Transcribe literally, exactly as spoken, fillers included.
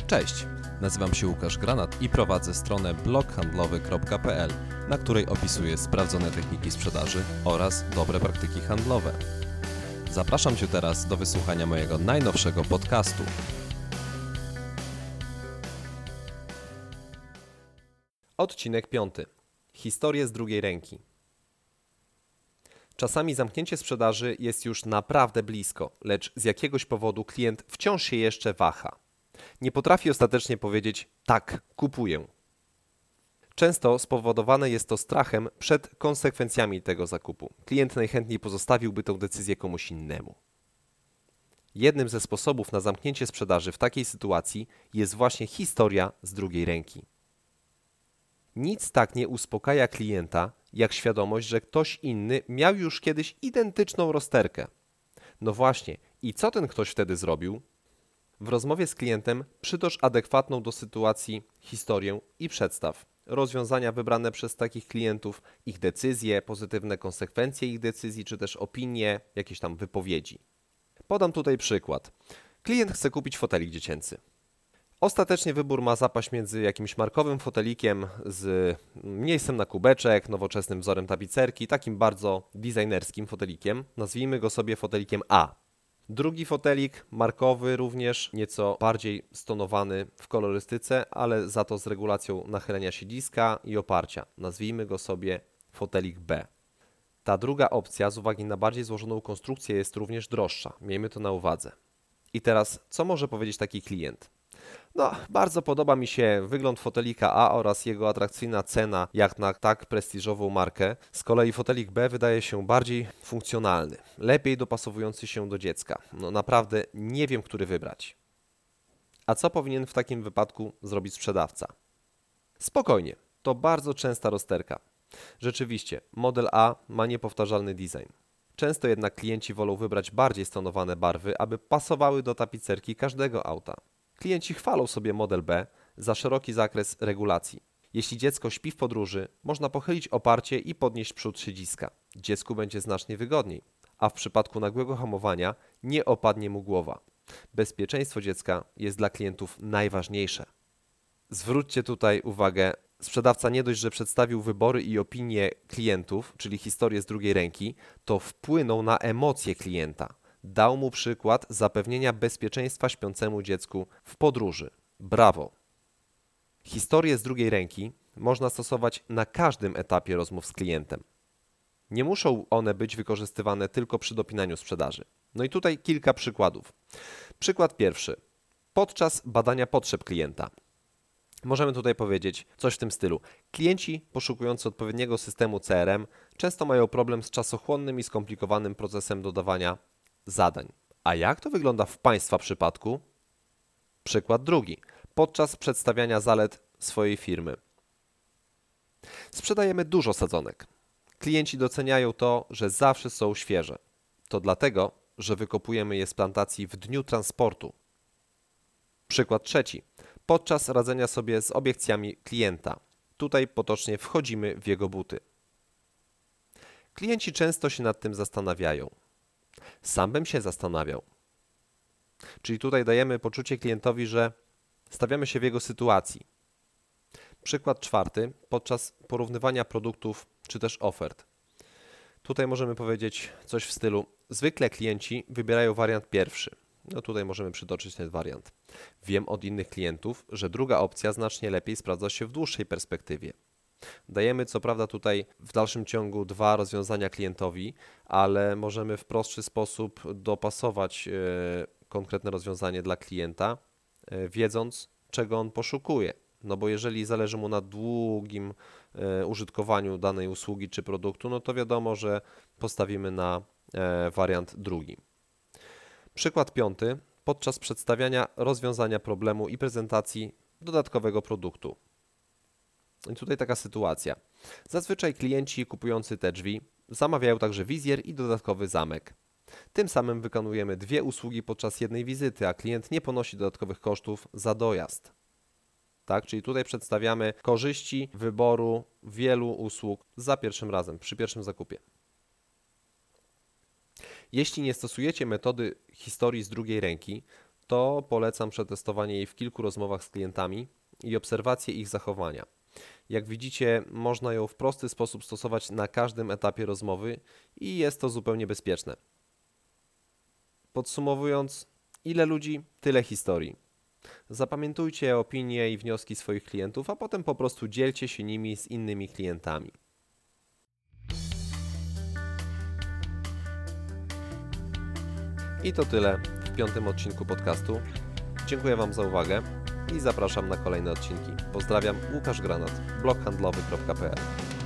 Cześć, nazywam się Łukasz Granat i prowadzę stronę blog handlowy kropka p l, na której opisuję sprawdzone techniki sprzedaży oraz dobre praktyki handlowe. Zapraszam Cię teraz do wysłuchania mojego najnowszego podcastu. Odcinek piąty. Historie z drugiej ręki. Czasami zamknięcie sprzedaży jest już naprawdę blisko, lecz z jakiegoś powodu klient wciąż się jeszcze waha. Nie potrafi ostatecznie powiedzieć: tak, kupuję. Często spowodowane jest to strachem przed konsekwencjami tego zakupu. Klient najchętniej pozostawiłby tę decyzję komuś innemu. Jednym ze sposobów na zamknięcie sprzedaży w takiej sytuacji jest właśnie historia z drugiej ręki. Nic tak nie uspokaja klienta, jak świadomość, że ktoś inny miał już kiedyś identyczną rozterkę. No właśnie, i co ten ktoś wtedy zrobił? W rozmowie z klientem przytocz adekwatną do sytuacji historię i przedstaw rozwiązania wybrane przez takich klientów, ich decyzje, pozytywne konsekwencje ich decyzji, czy też opinie, jakieś tam wypowiedzi. Podam tutaj przykład. Klient chce kupić fotelik dziecięcy. Ostatecznie wybór ma zapaść między jakimś markowym fotelikiem z miejscem na kubeczek, nowoczesnym wzorem tapicerki, takim bardzo designerskim fotelikiem. Nazwijmy go sobie fotelikiem A. Drugi fotelik, markowy również, nieco bardziej stonowany w kolorystyce, ale za to z regulacją nachylenia siedziska i oparcia. Nazwijmy go sobie fotelik B. Ta druga opcja z uwagi na bardziej złożoną konstrukcję jest również droższa. Miejmy to na uwadze. I teraz, co może powiedzieć taki klient? No, bardzo podoba mi się wygląd fotelika A oraz jego atrakcyjna cena jak na tak prestiżową markę. Z kolei fotelik B wydaje się bardziej funkcjonalny, lepiej dopasowujący się do dziecka. No naprawdę nie wiem, który wybrać. A co powinien w takim wypadku zrobić sprzedawca? Spokojnie, to bardzo częsta rozterka. Rzeczywiście, model A ma niepowtarzalny design. Często jednak klienci wolą wybrać bardziej stonowane barwy, aby pasowały do tapicerki każdego auta. Klienci chwalą sobie model B za szeroki zakres regulacji. Jeśli dziecko śpi w podróży, można pochylić oparcie i podnieść przód siedziska. Dziecku będzie znacznie wygodniej, a w przypadku nagłego hamowania nie opadnie mu głowa. Bezpieczeństwo dziecka jest dla klientów najważniejsze. Zwróćcie tutaj uwagę, sprzedawca nie dość, że przedstawił wybory i opinie klientów, czyli historię z drugiej ręki, to wpłynął na emocje klienta. Dał mu przykład zapewnienia bezpieczeństwa śpiącemu dziecku w podróży. Brawo! Historie z drugiej ręki można stosować na każdym etapie rozmów z klientem. Nie muszą one być wykorzystywane tylko przy dopinaniu sprzedaży. No i tutaj kilka przykładów. Przykład pierwszy. Podczas badania potrzeb klienta. Możemy tutaj powiedzieć coś w tym stylu. Klienci poszukujący odpowiedniego systemu C R M często mają problem z czasochłonnym i skomplikowanym procesem dodawania zadań. A jak to wygląda w Państwa przypadku? Przykład drugi. Podczas przedstawiania zalet swojej firmy. Sprzedajemy dużo sadzonek. Klienci doceniają to, że zawsze są świeże. To dlatego, że wykopujemy je z plantacji w dniu transportu. Przykład trzeci. Podczas radzenia sobie z obiekcjami klienta. Tutaj potocznie wchodzimy w jego buty. Klienci często się nad tym zastanawiają. Sam bym się zastanawiał. Czyli tutaj dajemy poczucie klientowi, że stawiamy się w jego sytuacji. Przykład czwarty, podczas porównywania produktów czy też ofert. Tutaj możemy powiedzieć coś w stylu: zwykle klienci wybierają wariant pierwszy. No tutaj możemy przytoczyć ten wariant. Wiem od innych klientów, że druga opcja znacznie lepiej sprawdza się w dłuższej perspektywie. Dajemy co prawda tutaj w dalszym ciągu dwa rozwiązania klientowi, ale możemy w prostszy sposób dopasować konkretne rozwiązanie dla klienta, wiedząc, czego on poszukuje. No bo jeżeli zależy mu na długim użytkowaniu danej usługi czy produktu, no to wiadomo, że postawimy na wariant drugi. Przykład piąty. Podczas przedstawiania rozwiązania problemu i prezentacji dodatkowego produktu. I tutaj taka sytuacja. Zazwyczaj klienci kupujący te drzwi zamawiają także wizjer i dodatkowy zamek. Tym samym wykonujemy dwie usługi podczas jednej wizyty, a klient nie ponosi dodatkowych kosztów za dojazd. Tak, czyli tutaj przedstawiamy korzyści wyboru wielu usług za pierwszym razem, przy pierwszym zakupie. Jeśli nie stosujecie metody historii z drugiej ręki, to polecam przetestowanie jej w kilku rozmowach z klientami i obserwację ich zachowania. Jak widzicie, można ją w prosty sposób stosować na każdym etapie rozmowy i jest to zupełnie bezpieczne. Podsumowując, ile ludzi, tyle historii. Zapamiętujcie opinie i wnioski swoich klientów, a potem po prostu dzielcie się nimi z innymi klientami. I to tyle w piątym odcinku podcastu. Dziękuję Wam za uwagę i zapraszam na kolejne odcinki. Pozdrawiam, Łukasz Granat, blog handlowy kropka p l.